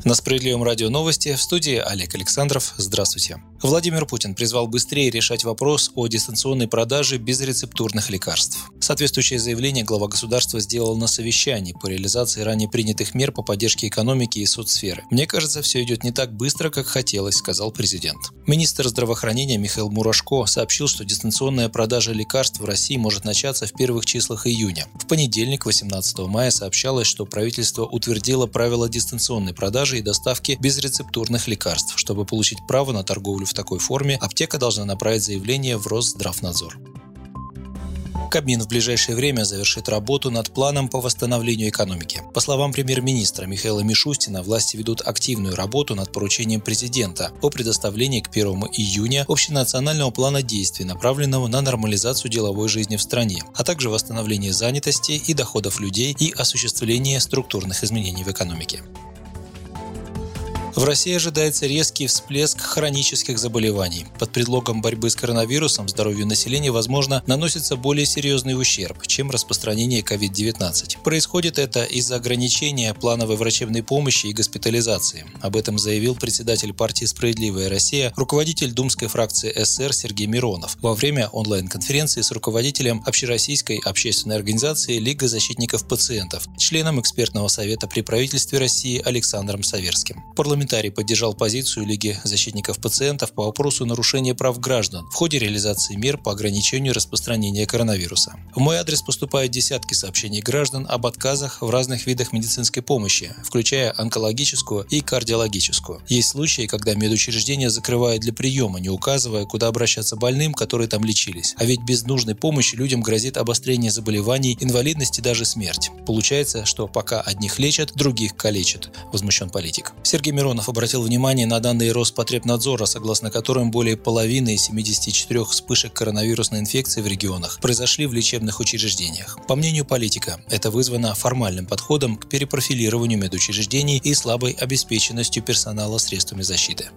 На Справедливом радио новости, в студии Олег Александров. Здравствуйте. Владимир Путин призвал быстрее решать вопрос о дистанционной продаже безрецептурных лекарств. Соответствующее заявление глава государства сделал на совещании по реализации ранее принятых мер по поддержке экономики и соцсферы. «Мне кажется, все идет не так быстро, как хотелось», — сказал президент. Министр здравоохранения Михаил Мурашко сообщил, что дистанционная продажа лекарств в России может начаться в первых числах июня. В понедельник, 18 мая, сообщалось, что правительство утвердило правила дистанционной продажи и доставки безрецептурных лекарств. Чтобы получить право на торговлю в такой форме, аптека должна направить заявление в Росздравнадзор. Кабмин в ближайшее время завершит работу над планом по восстановлению экономики. По словам премьер-министра Михаила Мишустина, власти ведут активную работу над поручением президента о предоставлении к 1 июня общенационального плана действий, направленного на нормализацию деловой жизни в стране, а также восстановление занятости и доходов людей и осуществление структурных изменений в экономике. В России ожидается резкий всплеск хронических заболеваний. Под предлогом борьбы с коронавирусом здоровью населения, возможно, наносится более серьезный ущерб, чем распространение COVID-19. Происходит это из-за ограничения плановой врачебной помощи и госпитализации. Об этом заявил председатель партии «Справедливая Россия», руководитель думской фракции СР Сергей Миронов во время онлайн-конференции с руководителем Общероссийской общественной организации «Лига защитников пациентов», членом экспертного совета при правительстве России Александром Саверским. Парламентарий поддержал позицию Лиги защитников пациентов по вопросу нарушения прав граждан в ходе реализации мер по ограничению распространения коронавируса. В мой адрес поступают десятки сообщений граждан об отказах в разных видах медицинской помощи, включая онкологическую и кардиологическую. Есть случаи, когда медучреждения закрывают для приема, не указывая, куда обращаться больным, которые там лечились. А ведь без нужной помощи людям грозит обострение заболеваний, инвалидность и даже смерть. Получается, что пока одних лечат, других калечат, возмущен политик. Сергей Миронов обратил внимание на данные Роспотребнадзора, согласно которым более половины из 74 вспышек коронавирусной инфекции в регионах произошли в лечебных учреждениях. По мнению политика, это вызвано формальным подходом к перепрофилированию медучреждений и слабой обеспеченностью персонала средствами защиты.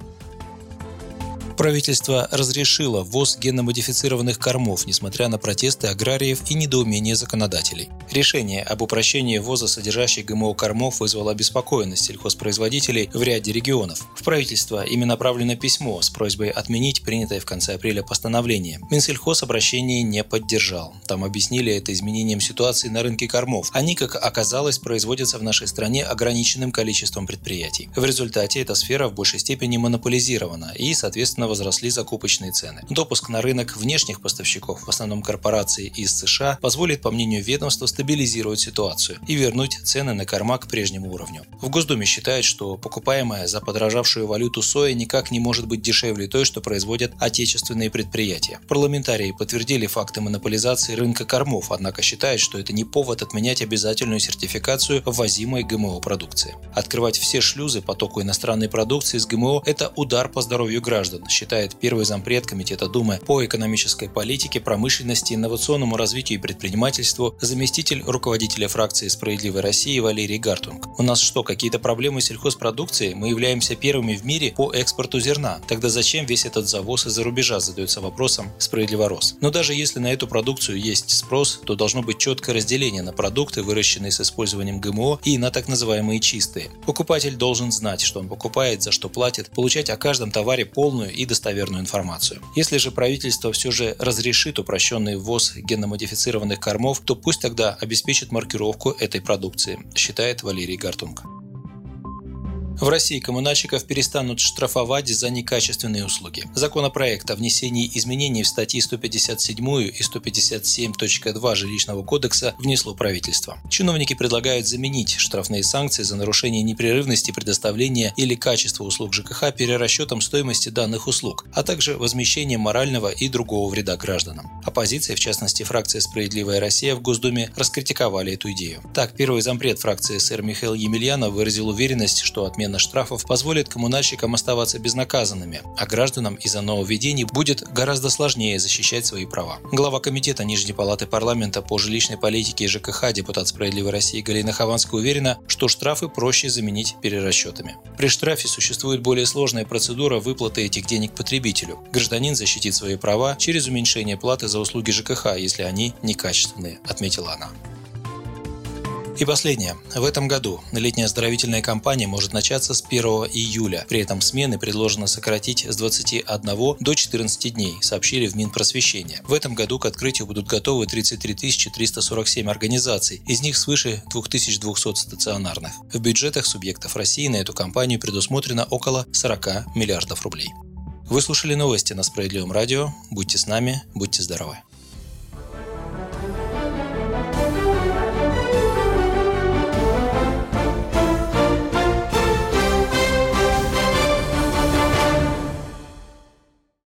Правительство разрешило ввоз генно-модифицированных кормов, несмотря на протесты аграриев и недоумение законодателей. Решение об упрощении ввоза содержащих ГМО кормов вызвало обеспокоенность сельхозпроизводителей в ряде регионов. В правительство ими направлено письмо с просьбой отменить принятое в конце апреля постановление. Минсельхоз обращение не поддержал. Там объяснили это изменением ситуации на рынке кормов. Они, как оказалось, производятся в нашей стране ограниченным количеством предприятий. В результате эта сфера в большей степени монополизирована и, соответственно, возросли закупочные цены. Допуск на рынок внешних поставщиков, в основном корпораций из США, позволит, по мнению ведомства, стабилизировать ситуацию и вернуть цены на корма к прежнему уровню. В Госдуме считают, что покупаемая за подорожавшую валюту соя никак не может быть дешевле той, что производят отечественные предприятия. Парламентарии подтвердили факты монополизации рынка кормов, однако считают, что это не повод отменять обязательную сертификацию ввозимой ГМО продукции. Открывать все шлюзы потоку иностранной продукции с ГМО – это удар по здоровью граждан, считает первый зампред Комитета Думы по экономической политике, промышленности, инновационному развитию и предпринимательству, заместитель руководителя фракции «Справедливой России» Валерий Гартунг. У нас что, какие-то проблемы с сельхозпродукцией? Мы являемся первыми в мире по экспорту зерна. Тогда зачем весь этот завоз из-за рубежа, задается вопросом «Справедливорос». Но даже если на эту продукцию есть спрос, то должно быть четкое разделение на продукты, выращенные с использованием ГМО, и на так называемые чистые. Покупатель должен знать, что он покупает, за что платит, получать о каждом товаре полную и достоверную информацию. Если же правительство все же разрешит упрощенный ввоз генно-модифицированных кормов, то пусть тогда обеспечит маркировку этой продукции, считает Валерий Гартунг. В России коммунальщиков перестанут штрафовать за некачественные услуги. Законопроект о внесении изменений в статьи 157 и 157.2 Жилищного кодекса внесло правительство. Чиновники предлагают заменить штрафные санкции за нарушение непрерывности предоставления или качества услуг ЖКХ перерасчетом стоимости данных услуг, а также возмещением морального и другого вреда гражданам. Оппозиция, в частности фракция «Справедливая Россия» в Госдуме, раскритиковали эту идею. Так, первый зампред фракции СР Михаил Емельянов выразил уверенность, что отмена штрафов позволит коммунальщикам оставаться безнаказанными, а гражданам из-за нововведений будет гораздо сложнее защищать свои права. Глава комитета Нижней палаты парламента по жилищной политике и ЖКХ, депутат «Справедливой России» Галина Хованская уверена, что штрафы проще заменить перерасчетами. При штрафе существует более сложная процедура выплаты этих денег потребителю. Гражданин защитит свои права через уменьшение платы за услуги ЖКХ, если они некачественные, отметила она. И последнее. В этом году летняя оздоровительная кампания может начаться с 1 июля. При этом смены предложено сократить с 21 до 14 дней, сообщили в Минпросвещения. В этом году к открытию будут готовы 33 347 организаций, из них свыше 2200 стационарных. В бюджетах субъектов России на эту кампанию предусмотрено около 40 миллиардов рублей. Вы слушали новости на Справедливом радио. Будьте с нами, будьте здоровы.